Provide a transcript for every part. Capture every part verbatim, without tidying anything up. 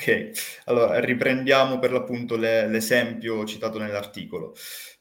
Okay, allora riprendiamo per l'appunto le l'esempio citato nell'articolo.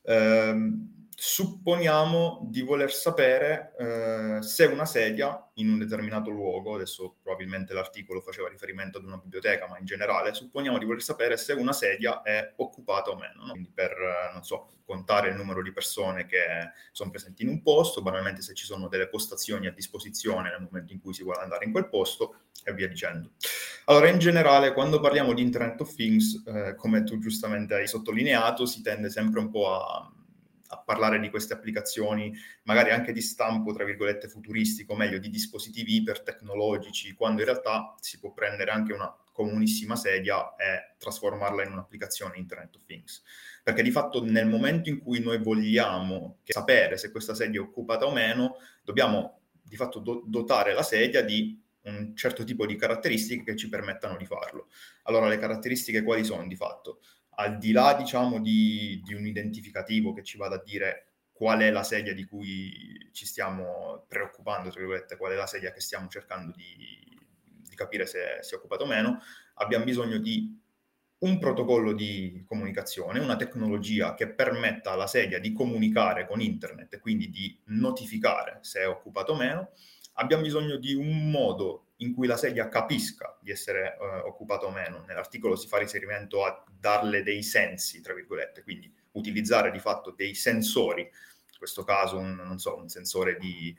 Ehm, supponiamo di voler sapere, ehm, se una sedia in un determinato luogo, adesso probabilmente l'articolo faceva riferimento ad una biblioteca, ma in generale supponiamo di voler sapere se una sedia è occupata o meno, no, quindi per, eh, non so, contare il numero di persone che son presenti in un posto, banalmente se ci sono delle postazioni a disposizione nel momento in cui si vuole andare in quel posto e via dicendo. Allora, in generale, quando parliamo di Internet of Things, eh, come tu giustamente hai sottolineato, si tende sempre un po' a, a parlare di queste applicazioni, magari anche di stampo, tra virgolette, futuristico, o meglio, di dispositivi ipertecnologici, quando in realtà si può prendere anche una comunissima sedia e trasformarla in un'applicazione Internet of Things. Perché di fatto nel momento in cui noi vogliamo sapere se questa sedia è occupata o meno, dobbiamo di fatto do- dotare la sedia di un certo tipo di caratteristiche che ci permettano di farlo. Allora, le caratteristiche quali sono di fatto? Al di là, diciamo, di, di un identificativo che ci vada a dire qual è la sedia di cui ci stiamo preoccupando, tra virgolette, qual è la sedia che stiamo cercando di, di capire se, se è occupata o meno, abbiamo bisogno di un protocollo di comunicazione, una tecnologia che permetta alla sedia di comunicare con internet e quindi di notificare se è occupato o meno. Abbiamo bisogno di un modo in cui la sedia capisca di essere eh, occupata o meno. Nell'articolo si fa riferimento a darle dei sensi, tra virgolette, quindi utilizzare di fatto dei sensori, in questo caso un, non so, un sensore di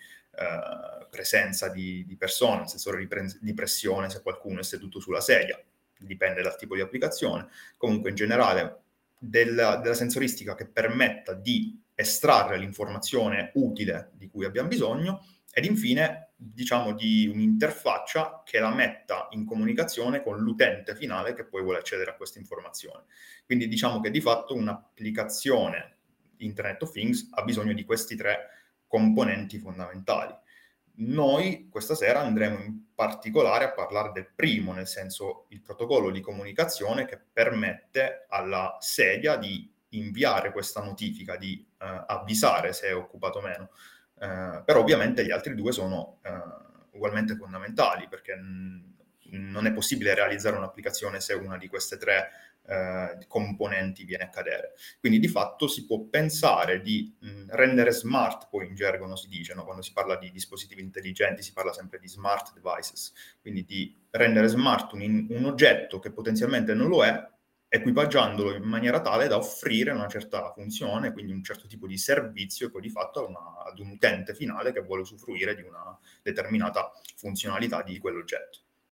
eh, presenza di, di persone, un sensore di, pre- di pressione se qualcuno è seduto sulla sedia, dipende dal tipo di applicazione. Comunque in generale della, della sensoristica che permetta di estrarre l'informazione utile di cui abbiamo bisogno ed infine diciamo di un'interfaccia che la metta in comunicazione con l'utente finale che poi vuole accedere a questa informazione. Quindi diciamo che di fatto un'applicazione Internet of Things ha bisogno di questi tre componenti fondamentali. Noi questa sera andremo in particolare a parlare del primo, nel senso il protocollo di comunicazione che permette alla sedia di inviare questa notifica, di eh, avvisare se è occupato o meno. Eh, però ovviamente gli altri due sono eh, ugualmente fondamentali perché mh, non è possibile realizzare un'applicazione se una di queste tre eh, componenti viene a cadere. Quindi di fatto si può pensare di mh, rendere smart, poi in gergo non si dice, no? Quando si parla di dispositivi intelligenti si parla sempre di smart devices, quindi di rendere smart un, un oggetto che potenzialmente non lo è, equipaggiandolo in maniera tale da offrire una certa funzione, quindi un certo tipo di servizio, e poi di fatto a una- ad un utente finale che vuole usufruire di una determinata funzionalità di quell'oggetto.